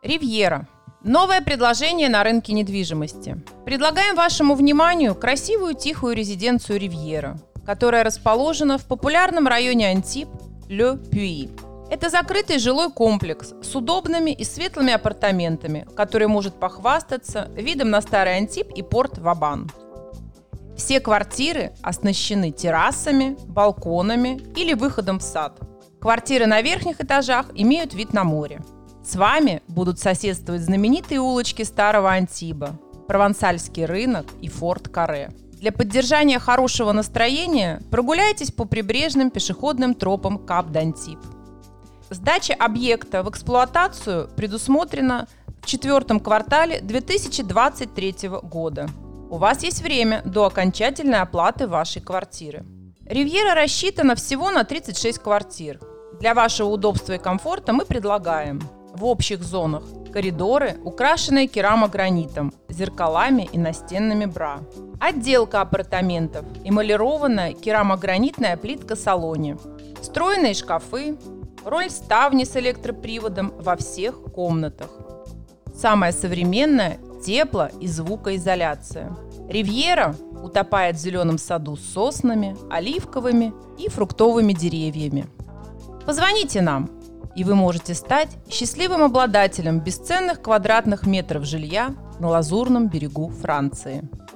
Ривьера. Новое предложение на рынке недвижимости. Предлагаем вашему вниманию красивую тихую резиденцию Ривьера, которая расположена в популярном районе Антиб Ле Пюи. Это закрытый жилой комплекс с удобными и светлыми апартаментами, который может похвастаться видом на Старый Антиб и порт Вабан. Все квартиры оснащены террасами, балконами или выходом в сад. Квартиры на верхних этажах имеют вид на море. С вами будут соседствовать знаменитые улочки Старого Антиба, Провансальский рынок и форт Каре. Для поддержания хорошего настроения прогуляйтесь по прибрежным пешеходным тропам Кап-д'Антиб. Сдача объекта в эксплуатацию предусмотрена в 4 квартале 2023 года. У вас есть время до окончательной оплаты вашей квартиры. Ривьера рассчитана всего на 36 квартир. Для вашего удобства и комфорта мы предлагаем в общих зонах коридоры, украшенные керамогранитом, зеркалами и настенными бра. Отделка апартаментов, эмалированная керамогранитная плитка салоне, встроенные шкафы, рольставни с электроприводом во всех комнатах. Самое современное – тепло- и звукоизоляция. Ривьера утопает в зеленом саду с соснами, оливковыми и фруктовыми деревьями. Позвоните нам, и вы можете стать счастливым обладателем бесценных квадратных метров жилья на Лазурном берегу Франции.